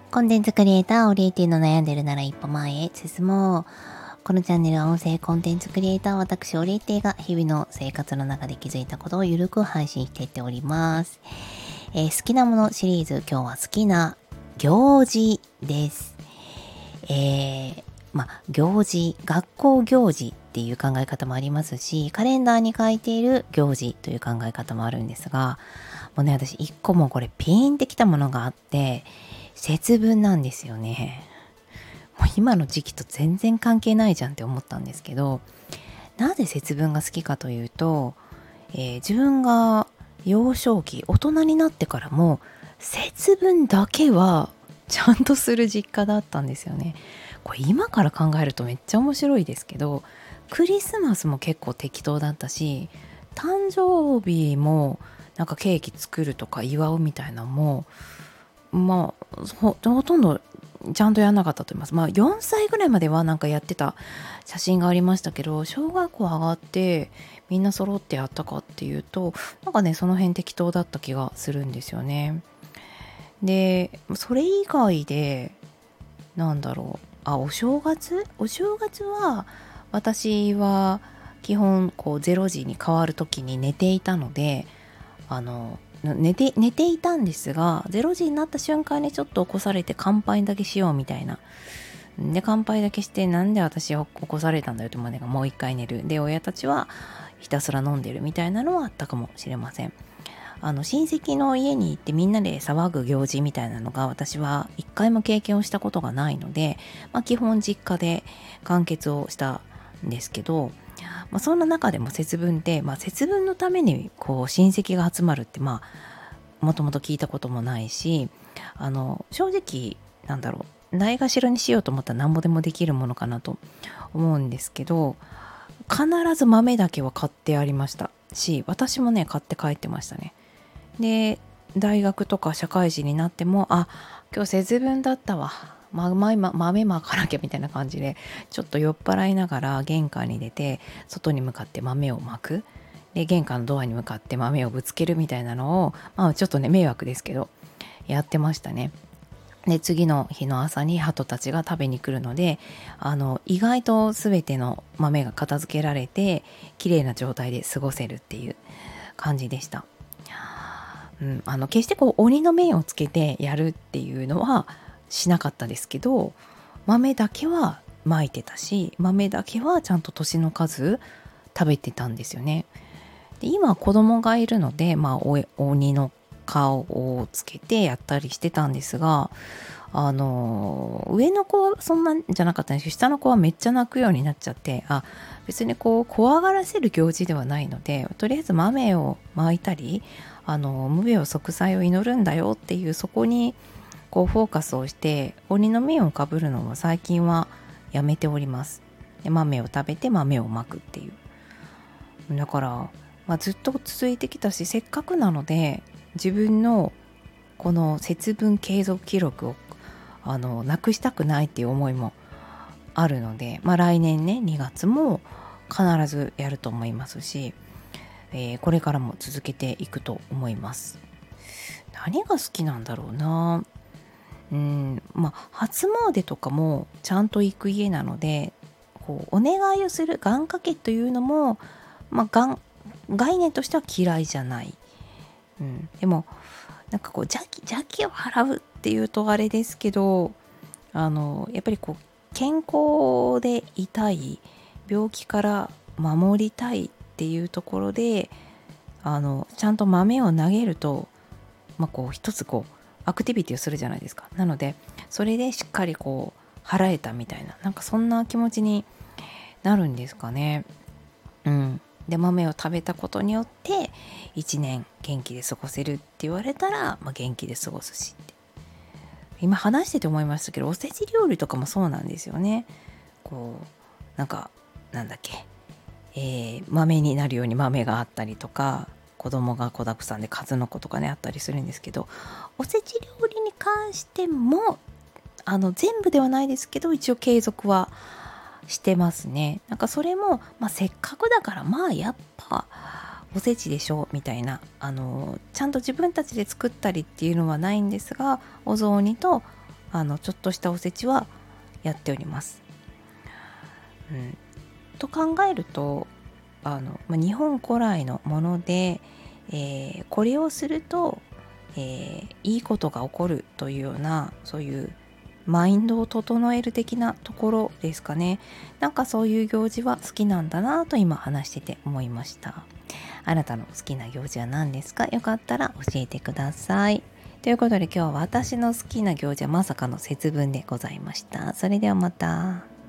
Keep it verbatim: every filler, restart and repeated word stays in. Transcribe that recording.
コンテンツクリエイター、オリエティの悩んでるなら一歩前へ進もう。このチャンネルは音声コンテンツクリエイター、私、オリエティが日々の生活の中で気づいたことをゆるく配信していっております。えー、好きなものシリーズ、今日は好きな行事です。えー、まあ、行事、学校行事っていう考え方もありますし、カレンダーに書いている行事という考え方もあるんですが、もうね、私一個もこれピーンってきたものがあって、節分なんですよね。もう今の時期と全然関係ないじゃんって思ったんですけど、なぜ節分が好きかというと、えー、自分が幼少期、大人になってからも節分だけはちゃんとする実家だったんですよね。これ今から考えるとめっちゃ面白いですけど、クリスマスも結構適当だったし、誕生日もなんかケーキ作るとか祝うみたいなのもまあ ほ, ほとんどちゃんとやんなかったと思います。まあよんさいぐらいまではなんかやってた写真がありましたけど、小学校上がってみんな揃ってやったかっていうと、なんかねその辺適当だった気がするんですよね。でそれ以外でなんだろう、あお正月お正月は私は基本こうれいじに変わる時に寝ていたので、あの寝て寝ていたんですが、れいじになった瞬間にちょっと起こされて乾杯だけしようみたいな。で乾杯だけして、なんで私は起こされたんだよと思うが、もう一回寝る。で親たちはひたすら飲んでるみたいなのはあったかもしれません。あの親戚の家に行ってみんなで騒ぐ行事みたいなのが私は一回も経験をしたことがないので、まあ、基本実家で完結をしたんですけど、まあ、そんな中でも節分って、まあ、節分のためにこう親戚が集まるってまあもともと聞いたこともないし、あの正直なんだろう、ないがしろにしようと思ったら何ぼでもできるものかなと思うんですけど、必ず豆だけは買ってありましたし、私もね買って帰ってましたね。で大学とか社会人になっても、あ今日節分だったわ、ま、ま、豆まかなきゃみたいな感じでちょっと酔っ払いながら玄関に出て外に向かって豆をまく、で玄関のドアに向かって豆をぶつけるみたいなのを、まあちょっとね迷惑ですけどやってましたね。で次の日の朝に鳩たちが食べに来るので、あの意外と全ての豆が片付けられて綺麗な状態で過ごせるっていう感じでした。うん、あの決してこう鬼の面をつけてやるっていうのはしなかったですけど、豆だけはまいてたし、豆だけはちゃんと年の数食べてたんですよね。で今子供がいるので、まあ、お鬼の顔をつけてやったりしてたんですが、あの上の子はそんなんじゃなかったんですけど、下の子はめっちゃ泣くようになっちゃって、あ別にこう怖がらせる行事ではないので、とりあえず豆をまいたり、あの無病息災を祈るんだよっていう、そこにこうフォーカスをして鬼の面をかぶるのは最近はやめております。で豆を食べて豆をまくっていう、だから、まあ、ずっと続いてきたし、せっかくなので自分のこの節分継続記録をあのなくしたくないっていう思いもあるので、まあ、来年ねにがつも必ずやると思いますし、えー、これからも続けていくと思います。何が好きなんだろうな。うんまあ初詣とかもちゃんと行く家なので、こうお願いをする願掛けというのも、まあ、がん概念としては嫌いじゃない。うん、でもなんかこう邪気邪気を払うっていうとあれですけど、あのやっぱりこう健康でいたい、病気から守りたいっていうところで、あのちゃんと豆を投げると、まあ、こう一つこうアクティビティをするじゃないですか。なのでそれでしっかりこう払えたみたいな、なんかそんな気持ちになるんですかね。うん、で豆を食べたことによっていちねん元気で過ごせるって言われたら、まあ、元気で過ごすしって、今話してて思いましたけど、おせち料理とかもそうなんですよね。こうなんかなんだっけ、えー、豆になるように豆があったりとか、子供が子だくさんで数の子とかねあったりするんですけど、おせち料理に関してもあの全部ではないですけど一応継続はしてますね。なんかそれも、まあ、せっかくだからまあやっぱおせちでしょみたいな、あのちゃんと自分たちで作ったりっていうのはないんですが、お雑煮とあのちょっとしたおせちはやっております。うん、と考えるとあの、まあ、日本古来のもので、えーこれをすると、えーいいことが起こるというような、そういうマインドを整える的なところですかね。なんかそういう行事は好きなんだなと今話してて思いました。あなたの好きな行事は何ですか？よかったら教えてください。ということで今日は私の好きな行事はまさかの節分でございました。それではまた。